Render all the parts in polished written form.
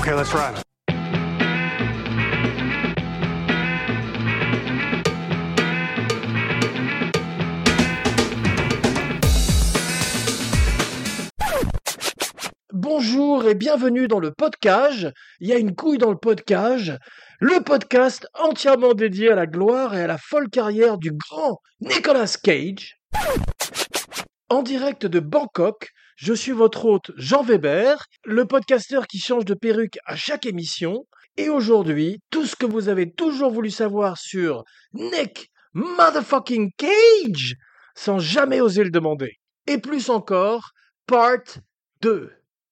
Okay, let's run. Bonjour et bienvenue dans le podcast. Il y a une couille dans le podcast. Le podcast entièrement dédié à la gloire et à la folle carrière du grand Nicolas Cage. En direct de Bangkok, je suis votre hôte Jean Weber, le podcasteur qui change de perruque à chaque émission. Et aujourd'hui, tout ce que vous avez toujours voulu savoir sur Nick Motherfucking Cage, sans jamais oser le demander. Et plus encore, part 2.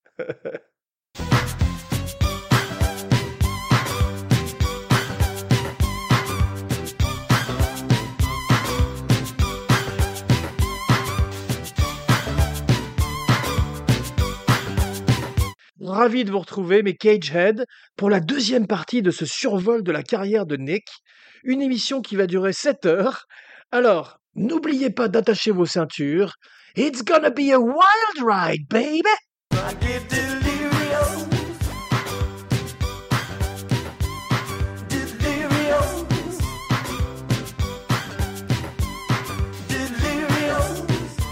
Ravi de vous retrouver, mes Cageheads, pour la deuxième partie de ce survol de la carrière de Nick, une émission qui va durer 7 heures. Alors, n'oubliez pas d'attacher vos ceintures. It's gonna be a wild ride, baby! I get delirious. Delirious. Delirious.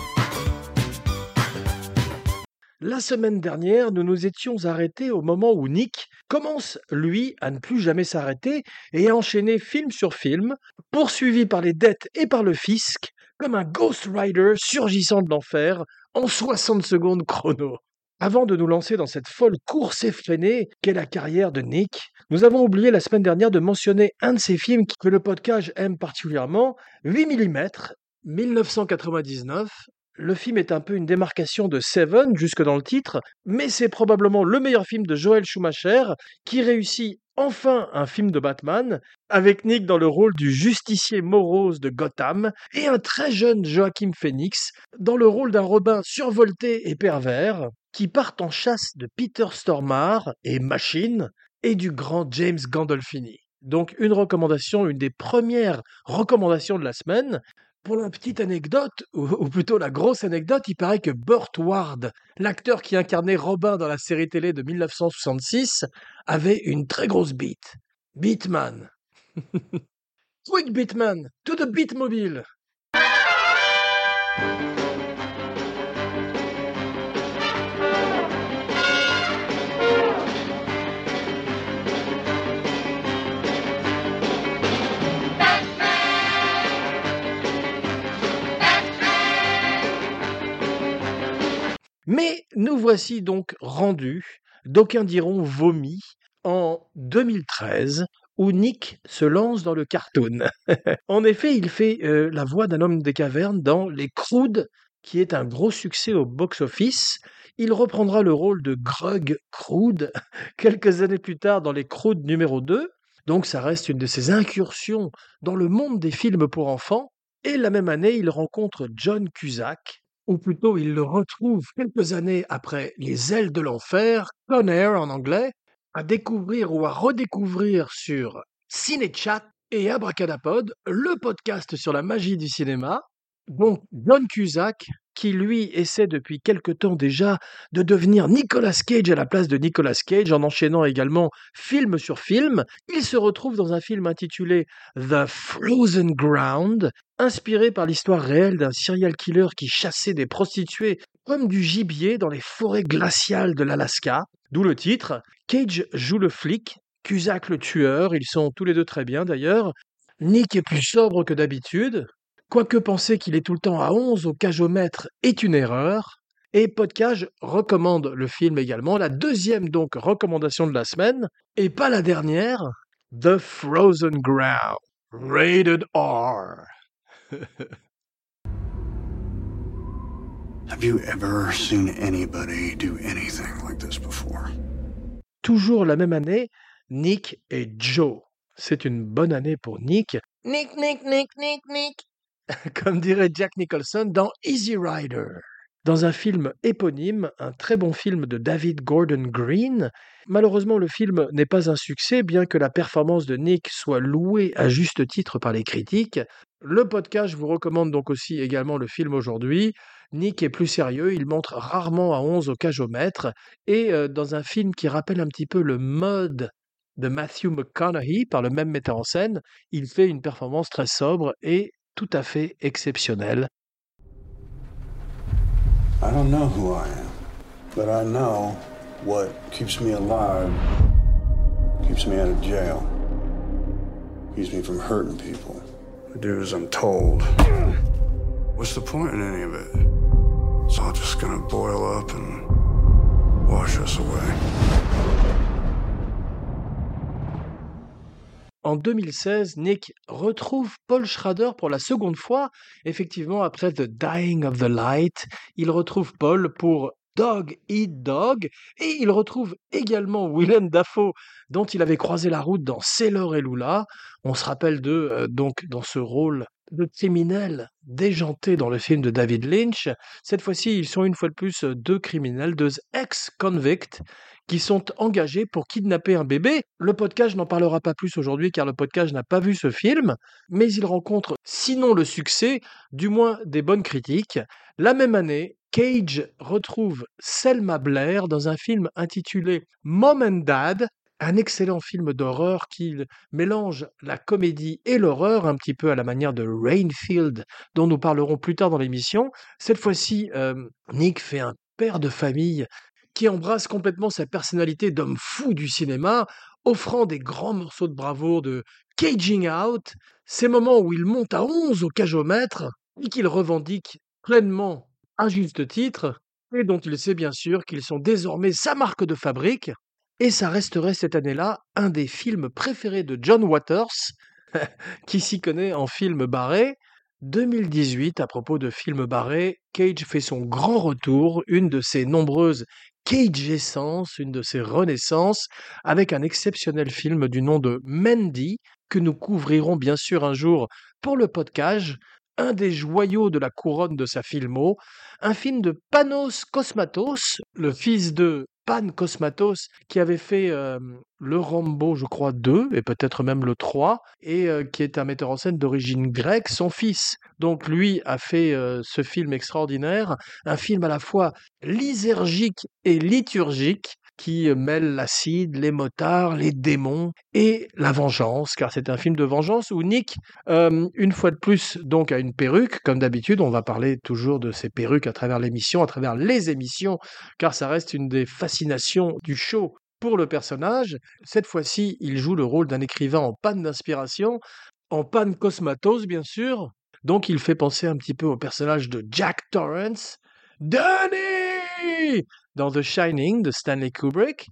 La semaine dernière, nous nous étions arrêtés au moment où Nick commence, lui, à ne plus jamais s'arrêter et à enchaîner film sur film, poursuivi par les dettes et par le fisc, comme un Ghost Rider surgissant de l'enfer en 60 secondes chrono. Avant de nous lancer dans cette folle course effrénée qu'est la carrière de Nick, nous avons oublié la semaine dernière de mentionner un de ses films que le podcast aime particulièrement, 8 mm, 1999. Le film est un peu une démarcation de Seven jusque dans le titre, mais c'est probablement le meilleur film de Joel Schumacher qui réussit enfin un film de Batman, avec Nick dans le rôle du justicier morose de Gotham et un très jeune Joaquin Phoenix dans le rôle d'un Robin survolté et pervers qui part en chasse de Peter Stormare et Machine et du grand James Gandolfini. Donc une recommandation, une des premières recommandations de la semaine. Pour la petite anecdote, ou plutôt la grosse anecdote, il paraît que Burt Ward, l'acteur qui incarnait Robin dans la série télé de 1966, avait une très grosse bite. Beatman. Quick Beatman, to the Beatmobile. Mais nous voici donc rendus, d'aucuns diront vomis, en 2013, où Nick se lance dans le cartoon. En effet, il fait la voix d'un homme des cavernes dans Les Croods, qui est un gros succès au box-office. Il reprendra le rôle de Grug Crood quelques années plus tard dans Les Croods numéro 2. Donc ça reste une de ses incursions dans le monde des films pour enfants. Et la même année, il rencontre John Cusack, ou plutôt il le retrouve quelques années après Les Ailes de l'Enfer, Con Air en anglais, à découvrir ou à redécouvrir sur Cinéchat et Abracadapod, le podcast sur la magie du cinéma. Donc John Cusack, qui lui essaie depuis quelque temps déjà de devenir Nicolas Cage à la place de Nicolas Cage en enchaînant également film sur film. Il se retrouve dans un film intitulé The Frozen Ground, inspiré par l'histoire réelle d'un serial killer qui chassait des prostituées comme du gibier dans les forêts glaciales de l'Alaska. D'où le titre. Cage joue le flic, Cusack le tueur, ils sont tous les deux très bien d'ailleurs. Nick est plus sobre que d'habitude. Quoique penser qu'il est tout le temps à 11 au cagomètre est une erreur. Et Podcast recommande le film également. La deuxième donc recommandation de la semaine, et pas la dernière, The Frozen Ground, rated R. Have you ever seen anybody do anything like this before? Toujours la même année, Nick et Joe. C'est une bonne année pour Nick. Nick. Comme dirait Jack Nicholson dans Easy Rider. Dans un film éponyme, un très bon film de David Gordon Green. Malheureusement, le film n'est pas un succès, bien que la performance de Nick soit louée à juste titre par les critiques. Le podcast vous recommande donc aussi également le film aujourd'hui. Nick est plus sérieux, il montre rarement à 11 au cagomètre, et dans un film qui rappelle un petit peu le mode de Matthew McConaughey par le même metteur en scène, il fait une performance très sobre et tout à fait exceptionnelle. I don't know who I am, but I know what keeps me alive, keeps me out of jail, keeps me from hurting people. I do as I'm told. What's the point in any of it? It's all just gonna boil up and wash us away. En 2016, Nick retrouve Paul Schrader pour la seconde fois. Effectivement, après The Dying of the Light, il retrouve Paul pour Dog Eat Dog et il retrouve également Willem Dafoe, dont il avait croisé la route dans Sailor et Lula. On se rappelle donc dans ce rôle de criminel déjanté dans le film de David Lynch. Cette fois-ci, ils sont une fois de plus deux criminels, deux ex-convicts qui sont engagés pour kidnapper un bébé. Le podcast n'en parlera pas plus aujourd'hui car le podcast n'a pas vu ce film, mais il rencontre, sinon le succès, du moins des bonnes critiques. La même année, Cage retrouve Selma Blair dans un film intitulé Mom and Dad, un excellent film d'horreur qui mélange la comédie et l'horreur, un petit peu à la manière de Rainfield, dont nous parlerons plus tard dans l'émission. Cette fois-ci, Nick fait un père de famille qui embrasse complètement sa personnalité d'homme fou du cinéma, offrant des grands morceaux de bravoure de Caging Out, ces moments où il monte à 11 au cagomètre et qu'il revendique pleinement, à juste titre, et dont il sait bien sûr qu'ils sont désormais sa marque de fabrique, et ça resterait cette année-là un des films préférés de John Waters, qui s'y connaît en film barré. 2018, à propos de films barrés, Cage fait son grand retour, une de ses nombreuses Cage-essences, une de ses renaissances, avec un exceptionnel film du nom de Mandy, que nous couvrirons bien sûr un jour pour le podcast, un des joyaux de la couronne de sa filmo, un film de Panos Cosmatos, le fils de Pan Cosmatos, qui avait fait le Rambo, je crois, 2, et peut-être même le 3, et qui est un metteur en scène d'origine grecque. Son fils, donc lui, a fait ce film extraordinaire, un film à la fois lysergique et liturgique, qui mêle l'acide, les motards, les démons et la vengeance, car c'est un film de vengeance où Nick, une fois de plus, donc a une perruque, comme d'habitude, on va parler toujours de ces perruques à travers l'émission, à travers les émissions, car ça reste une des fascinations du show pour le personnage. Cette fois-ci, il joue le rôle d'un écrivain en panne d'inspiration, en panne cosmatos, bien sûr, donc il fait penser un petit peu au personnage de Jack Torrance, Danny dans The Shining de Stanley Kubrick.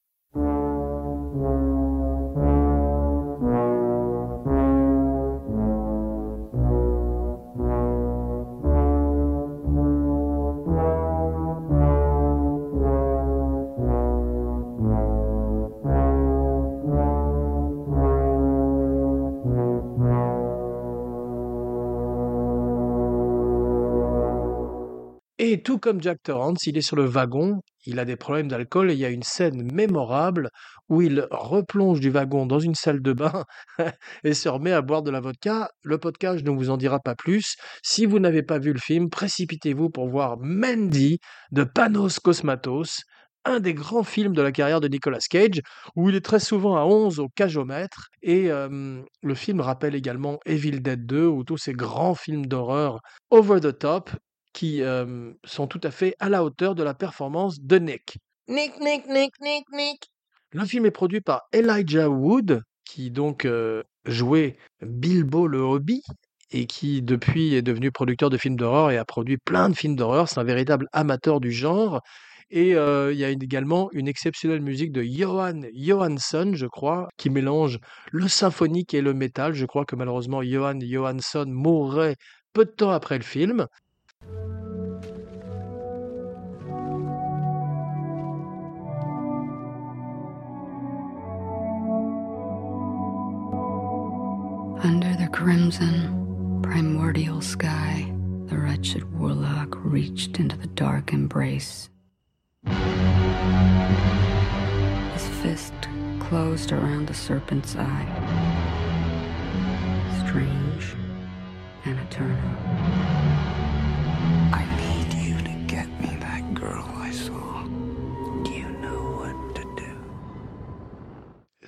Et tout comme Jack Torrance, il est sur le wagon, il a des problèmes d'alcool et il y a une scène mémorable où il replonge du wagon dans une salle de bain et se remet à boire de la vodka. Le podcast ne vous en dira pas plus. Si vous n'avez pas vu le film, précipitez-vous pour voir Mandy de Panos Cosmatos, un des grands films de la carrière de Nicolas Cage, où il est très souvent à 11 au cagomètre. Et le film rappelle également Evil Dead 2, ou tous ces grands films d'horreur over the top, qui sont tout à fait à la hauteur de la performance de Nick. Nick. Le film est produit par Elijah Wood, qui donc jouait Bilbo le Hobbit, et qui depuis est devenu producteur de films d'horreur et a produit plein de films d'horreur. C'est un véritable amateur du genre. Et il y a également une exceptionnelle musique de Johan Johansson, je crois, qui mélange le symphonique et le métal. Je crois que malheureusement Johan Johansson mourrait peu de temps après le film. Under the crimson, primordial sky, the wretched warlock reached into the dark embrace. His fist closed around the serpent's eye. Strange and eternal. I need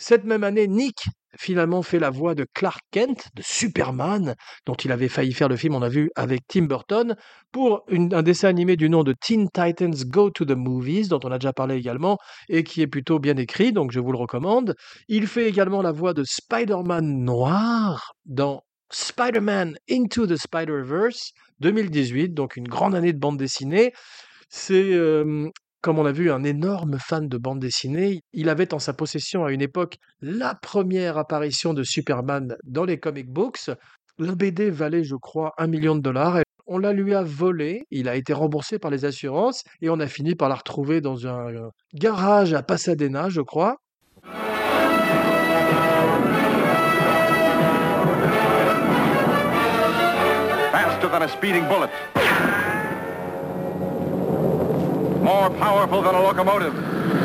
Cette même année, Nick finalement fait la voix de Clark Kent, de Superman, dont il avait failli faire le film, on a vu, avec Tim Burton, pour un dessin animé du nom de Teen Titans Go to the Movies, dont on a déjà parlé également, et qui est plutôt bien écrit, donc je vous le recommande. Il fait également la voix de Spider-Man noir dans Spider-Man Into the Spider-Verse 2018, donc une grande année de bande dessinée. C'est, comme on l'a vu, un énorme fan de bande dessinée. Il avait en sa possession à une époque la première apparition de Superman dans les comic books. La BD valait, je crois, 1 million de dollars. Et on la lui a volée. Il a été remboursé par les assurances et on a fini par la retrouver dans un garage à Pasadena, je crois. Faster than a speeding bullet. More powerful than a locomotive.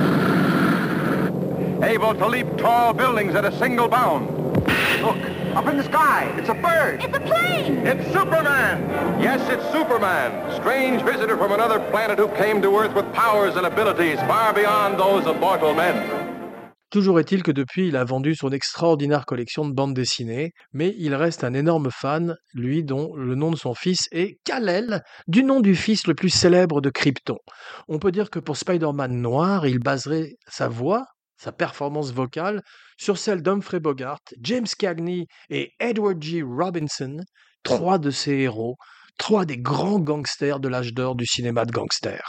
Able to leap tall buildings at a single bound. Look, up in the sky, it's a bird. It's a plane! It's Superman! Yes, it's Superman, strange visitor from another planet who came to Earth with powers and abilities far beyond those of mortal men. Toujours est-il que depuis, il a vendu son extraordinaire collection de bandes dessinées, mais il reste un énorme fan, lui dont le nom de son fils est Kal-El, du nom du fils le plus célèbre de Krypton. On peut dire que pour Spider-Man noir, il baserait sa voix, sa performance vocale, sur celle d'Humphrey Bogart, James Cagney et Edward G. Robinson, trois de ses héros, trois des grands gangsters de l'âge d'or du cinéma de gangsters.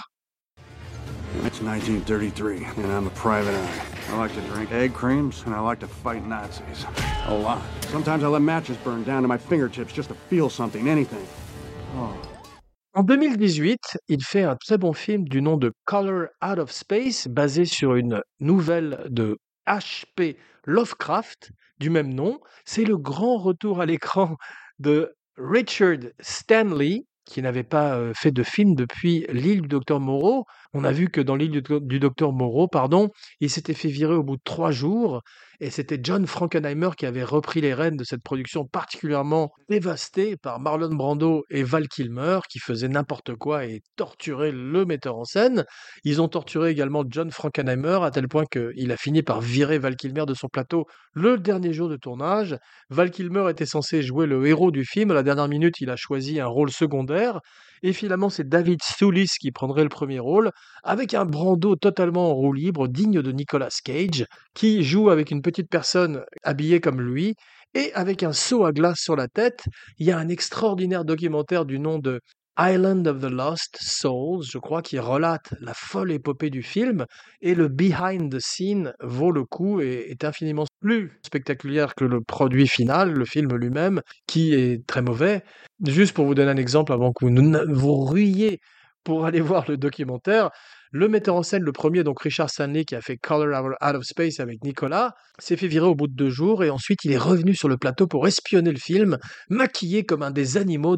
It's 1933, and I'm a private eye. I like to drink egg creams, and I like to fight Nazis. A lot. Sometimes I let matches burn down to my fingertips just to feel something, anything. Oh. En 2018, il fait un très bon film du nom de Color Out of Space, basé sur une nouvelle de H.P. Lovecraft du même nom. C'est le grand retour à l'écran de Richard Stanley, qui n'avait pas fait de film depuis L'île du Docteur Moreau. On a vu que dans L'île du Docteur Moreau, il s'était fait virer au bout de 3 jours, et c'était John Frankenheimer qui avait repris les rênes de cette production particulièrement dévastée par Marlon Brando et Val Kilmer, qui faisaient n'importe quoi et torturaient le metteur en scène. Ils ont torturé également John Frankenheimer, à tel point qu'il a fini par virer Val Kilmer de son plateau le dernier jour de tournage. Val Kilmer était censé jouer le héros du film. À la dernière minute, il a choisi un rôle secondaire. Et finalement, c'est David Thewlis qui prendrait le premier rôle, avec un Brando totalement en roue libre, digne de Nicolas Cage, qui joue avec une petite personne habillée comme lui, et avec un seau à glace sur la tête. Il y a un extraordinaire documentaire du nom de Island of the Lost Souls, je crois, qui relate la folle épopée du film, et le behind the scene vaut le coup et est infiniment plus spectaculaire que le produit final, le film lui-même, qui est très mauvais. Juste pour vous donner un exemple, avant que vous ruiez pour aller voir le documentaire, le metteur en scène, le premier, donc Richard Stanley, qui a fait Color Out of Space avec Nicolas, s'est fait virer au bout de 2 jours, et ensuite il est revenu sur le plateau pour espionner le film, maquillé comme un des animaux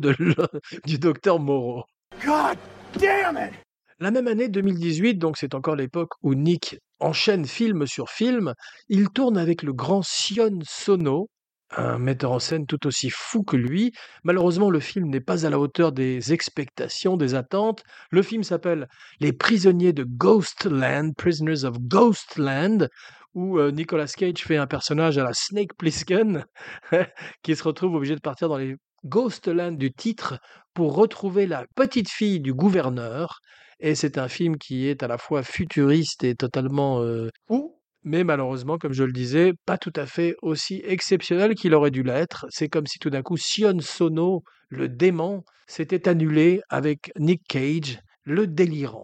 du docteur Moreau. God damn it! La même année, 2018, donc c'est encore l'époque où Nick enchaîne film sur film, il tourne avec le grand Sion Sono, un metteur en scène tout aussi fou que lui. Malheureusement, le film n'est pas à la hauteur des expectations, des attentes. Le film s'appelle Les prisonniers de Ghostland, Prisoners of Ghostland, où Nicolas Cage fait un personnage à la Snake Plissken, qui se retrouve obligé de partir dans les Ghostland du titre pour retrouver la petite fille du gouverneur. Et c'est un film qui est à la fois futuriste et totalement fou, mais malheureusement, comme je le disais, pas tout à fait aussi exceptionnel qu'il aurait dû l'être. C'est comme si tout d'un coup, Sion Sono, le dément, s'était annulé avec Nick Cage, le délirant.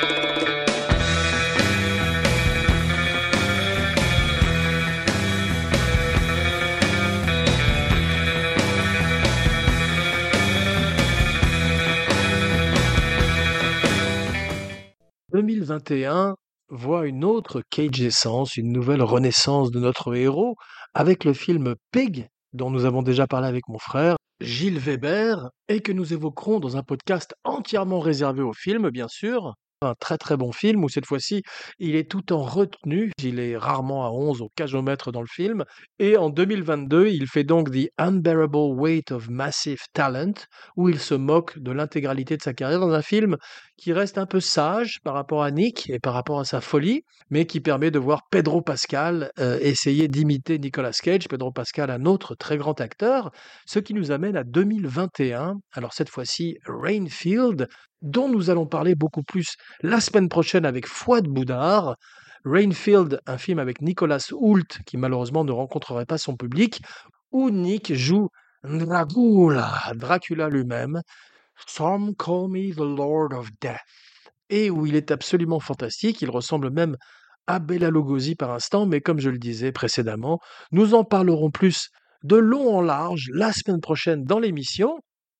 « 2021 voit une autre Cage-essence, une nouvelle renaissance de notre héros, avec le film Pig, dont nous avons déjà parlé avec mon frère, Gilles Weber, et que nous évoquerons dans un podcast entièrement réservé au film, bien sûr. Un très très bon film où cette fois-ci, il est tout en retenue. Il est rarement à 11 au cajomètre dans le film. Et en 2022, il fait donc The Unbearable Weight of Massive Talent, où il se moque de l'intégralité de sa carrière dans un film qui reste un peu sage par rapport à Nick et par rapport à sa folie, mais qui permet de voir Pedro Pascal essayer d'imiter Nicolas Cage. Pedro Pascal, un autre très grand acteur, ce qui nous amène à 2021. Alors cette fois-ci, Rainfield, dont nous allons parler beaucoup plus la semaine prochaine avec Fouad Boudard. Rainfield, un film avec Nicolas Hoult, qui malheureusement ne rencontrerait pas son public, où Nick joue Dracula lui-même. Some call me the Lord of Death. Et où il est absolument fantastique, il ressemble même à Bela Lugosi par instant, mais comme je le disais précédemment, nous en parlerons plus de long en large la semaine prochaine dans l'émission.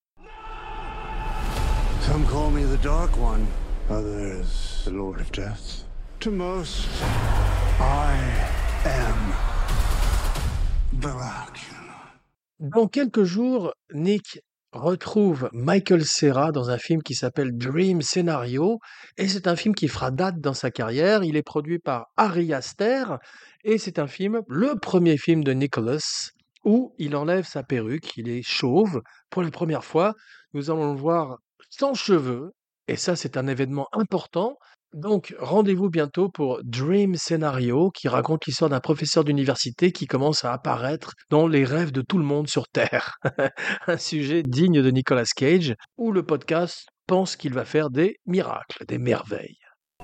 Some call me the Dark One, others the Lord of Death. To most, I am Dracula. Dans quelques jours, Nick retrouve Michael Cera dans un film qui s'appelle Dream Scenario, et c'est un film qui fera date dans sa carrière. Il est produit par Ari Aster, et c'est un film, le premier film de Nicholas, où il enlève sa perruque, il est chauve. Pour la première fois, nous allons le voir sans cheveux, et ça c'est un événement important. Donc rendez-vous bientôt pour Dream Scenario, qui raconte l'histoire d'un professeur d'université qui commence à apparaître dans les rêves de tout le monde sur Terre. Un sujet digne de Nicolas Cage, où le podcast pense qu'il va faire des miracles, des merveilles.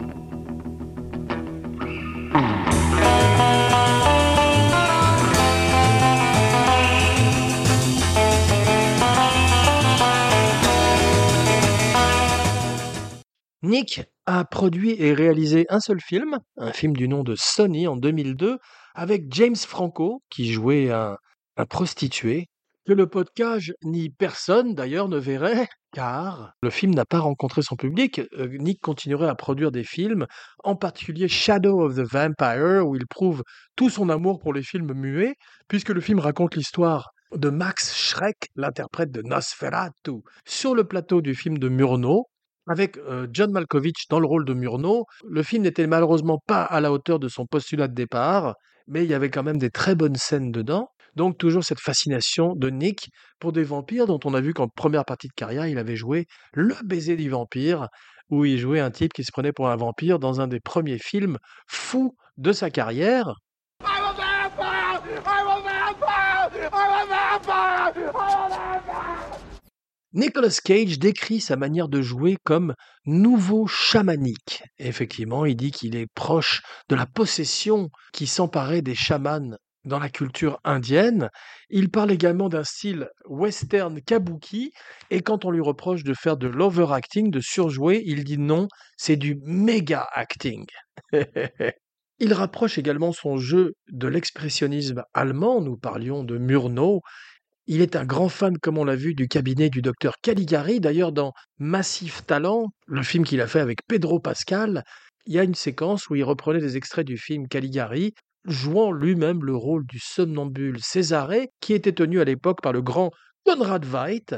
Nick a produit et réalisé un seul film, un film du nom de Sonny en 2002, avec James Franco, qui jouait un prostitué, que le podcast ni personne d'ailleurs ne verrait, car le film n'a pas rencontré son public. Nick continuerait à produire des films, en particulier Shadow of the Vampire, où il prouve tout son amour pour les films muets, puisque le film raconte l'histoire de Max Schreck, l'interprète de Nosferatu, sur le plateau du film de Murnau, avec John Malkovich dans le rôle de Murnau. Le film n'était malheureusement pas à la hauteur de son postulat de départ, mais il y avait quand même des très bonnes scènes dedans. Donc toujours cette fascination de Nick pour des vampires dont on a vu qu'en première partie de carrière, il avait joué Le baiser du vampire, où il jouait un type qui se prenait pour un vampire dans un des premiers films fous de sa carrière. I'm a vampire! I'm a vampire! I'm a vampire! I'm a vampire! Nicolas Cage décrit sa manière de jouer comme nouveau chamanique. Et effectivement, il dit qu'il est proche de la possession qui s'emparait des chamans dans la culture indienne. Il parle également d'un style western kabuki, et quand on lui reproche de faire de l'overacting, de surjouer, il dit non, c'est du méga acting. Il rapproche également son jeu de l'expressionnisme allemand. Nous parlions de Murnau. Il est un grand fan, comme on l'a vu, du cabinet du docteur Caligari. D'ailleurs, dans Massif Talent, le film qu'il a fait avec Pedro Pascal, il y a une séquence où il reprenait des extraits du film Caligari, jouant lui-même le rôle du somnambule Césarée, qui était tenu à l'époque par le grand Conrad Veidt.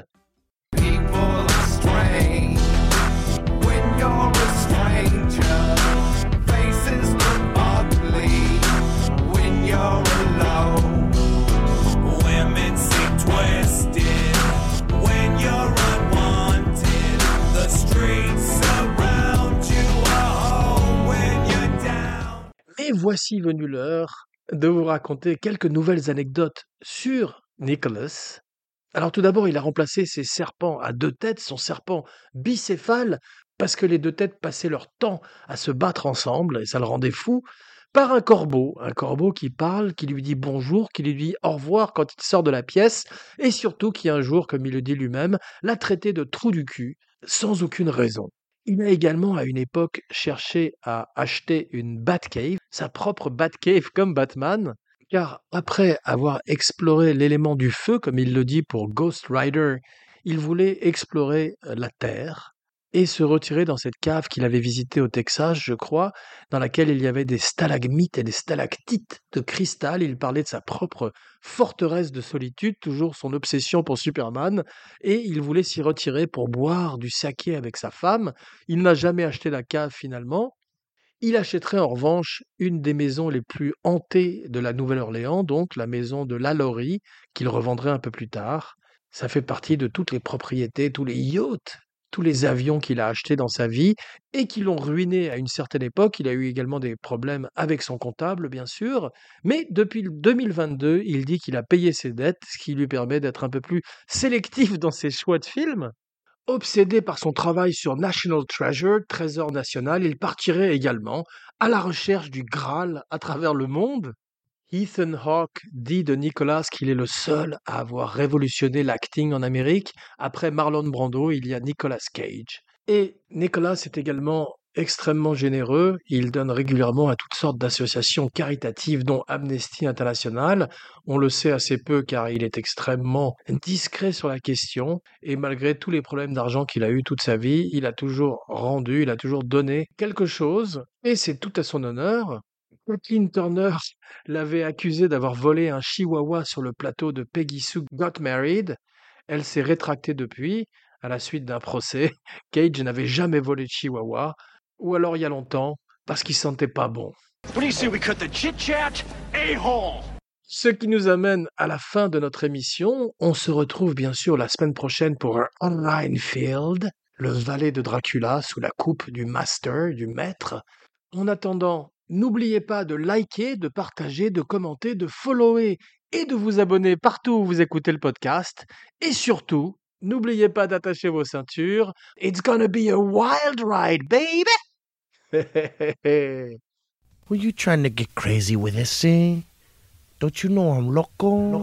Et voici venue l'heure de vous raconter quelques nouvelles anecdotes sur Nicholas. Alors tout d'abord, il a remplacé ses serpents à deux têtes, son serpent bicéphale, parce que les deux têtes passaient leur temps à se battre ensemble, et ça le rendait fou, par un corbeau qui parle, qui lui dit bonjour, qui lui dit au revoir quand il sort de la pièce, et surtout qui un jour, comme il le dit lui-même, l'a traité de trou du cul, sans aucune raison. Il a également, à une époque, cherché à acheter une Batcave, sa propre Batcave comme Batman, car après avoir exploré l'élément du feu, comme il le dit pour Ghost Rider, il voulait explorer la Terre. et se retirer dans cette cave qu'il avait visitée au Texas, je crois, dans laquelle il y avait des stalagmites et des stalactites de cristal. Il parlait de sa propre forteresse de solitude, toujours son obsession pour Superman, et il voulait s'y retirer pour boire du saké avec sa femme. Il n'a jamais acheté la cave finalement. Il achèterait en revanche une des maisons les plus hantées de la Nouvelle-Orléans, donc la maison de Lalaurie, qu'il revendrait un peu plus tard. Ça fait partie de toutes les propriétés, tous les yachts, tous les avions qu'il a achetés dans sa vie et qui l'ont ruiné à une certaine époque. Il a eu également des problèmes avec son comptable, bien sûr, mais depuis 2022, il dit qu'il a payé ses dettes, ce qui lui permet d'être un peu plus sélectif dans ses choix de films. Obsédé par son travail sur National Treasure, Trésor national, il partirait également à la recherche du Graal à travers le monde. Ethan Hawke dit de Nicolas qu'il est le seul à avoir révolutionné l'acting en Amérique. Après Marlon Brando, il y a Nicolas Cage. Et Nicolas est également extrêmement généreux. Il donne régulièrement à toutes sortes d'associations caritatives, dont Amnesty International. On le sait assez peu car il est extrêmement discret sur la question. Et malgré tous les problèmes d'argent qu'il a eu toute sa vie, il a toujours rendu, il a toujours donné quelque chose. Et c'est tout à son honneur. Kathleen Turner l'avait accusé d'avoir volé un chihuahua sur le plateau de Peggy Sue Got Married. Elle s'est rétractée depuis, à la suite d'un procès. Cage n'avait jamais volé de chihuahua, ou alors il y a longtemps, parce qu'il sentait pas bon. Ce qui nous amène à la fin de notre émission. On se retrouve bien sûr la semaine prochaine pour Rhinefeld, le valet de Dracula sous la coupe du master, du maître. En attendant, n'oubliez pas de liker, de partager, de commenter, de follower et de vous abonner partout où vous écoutez le podcast. Et surtout, n'oubliez pas d'attacher vos ceintures. It's gonna be a wild ride, baby! Were you trying to get crazy with this thing? Don't you know I'm loco?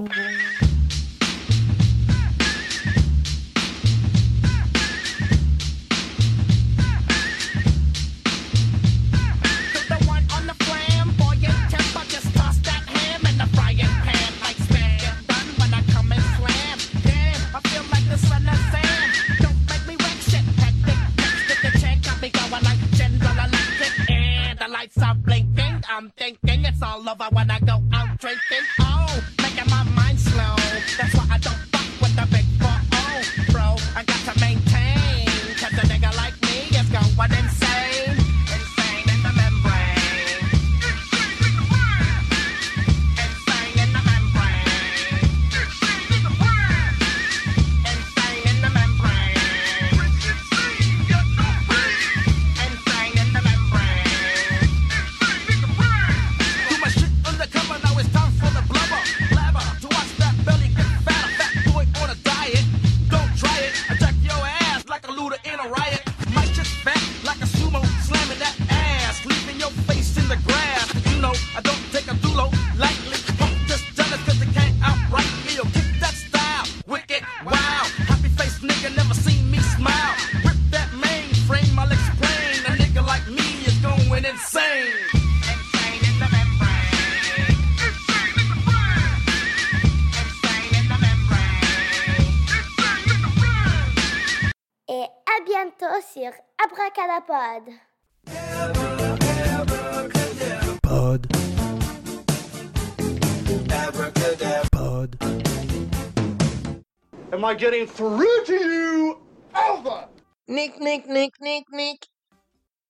I'm thinking it's all over when I go out drinking. Oh, making my mind slow. That's why I don't fuck with the big 4-0, bro. I got to maintain, cause a nigga like me is going insane. Insane in the membrane. Insane in the membrane. Insane in the brain. Insane in the membrane. Insane in the membrane. Bientôt sur Abracadapod. Pod. Pod. Am I getting through to you? Over! Nick.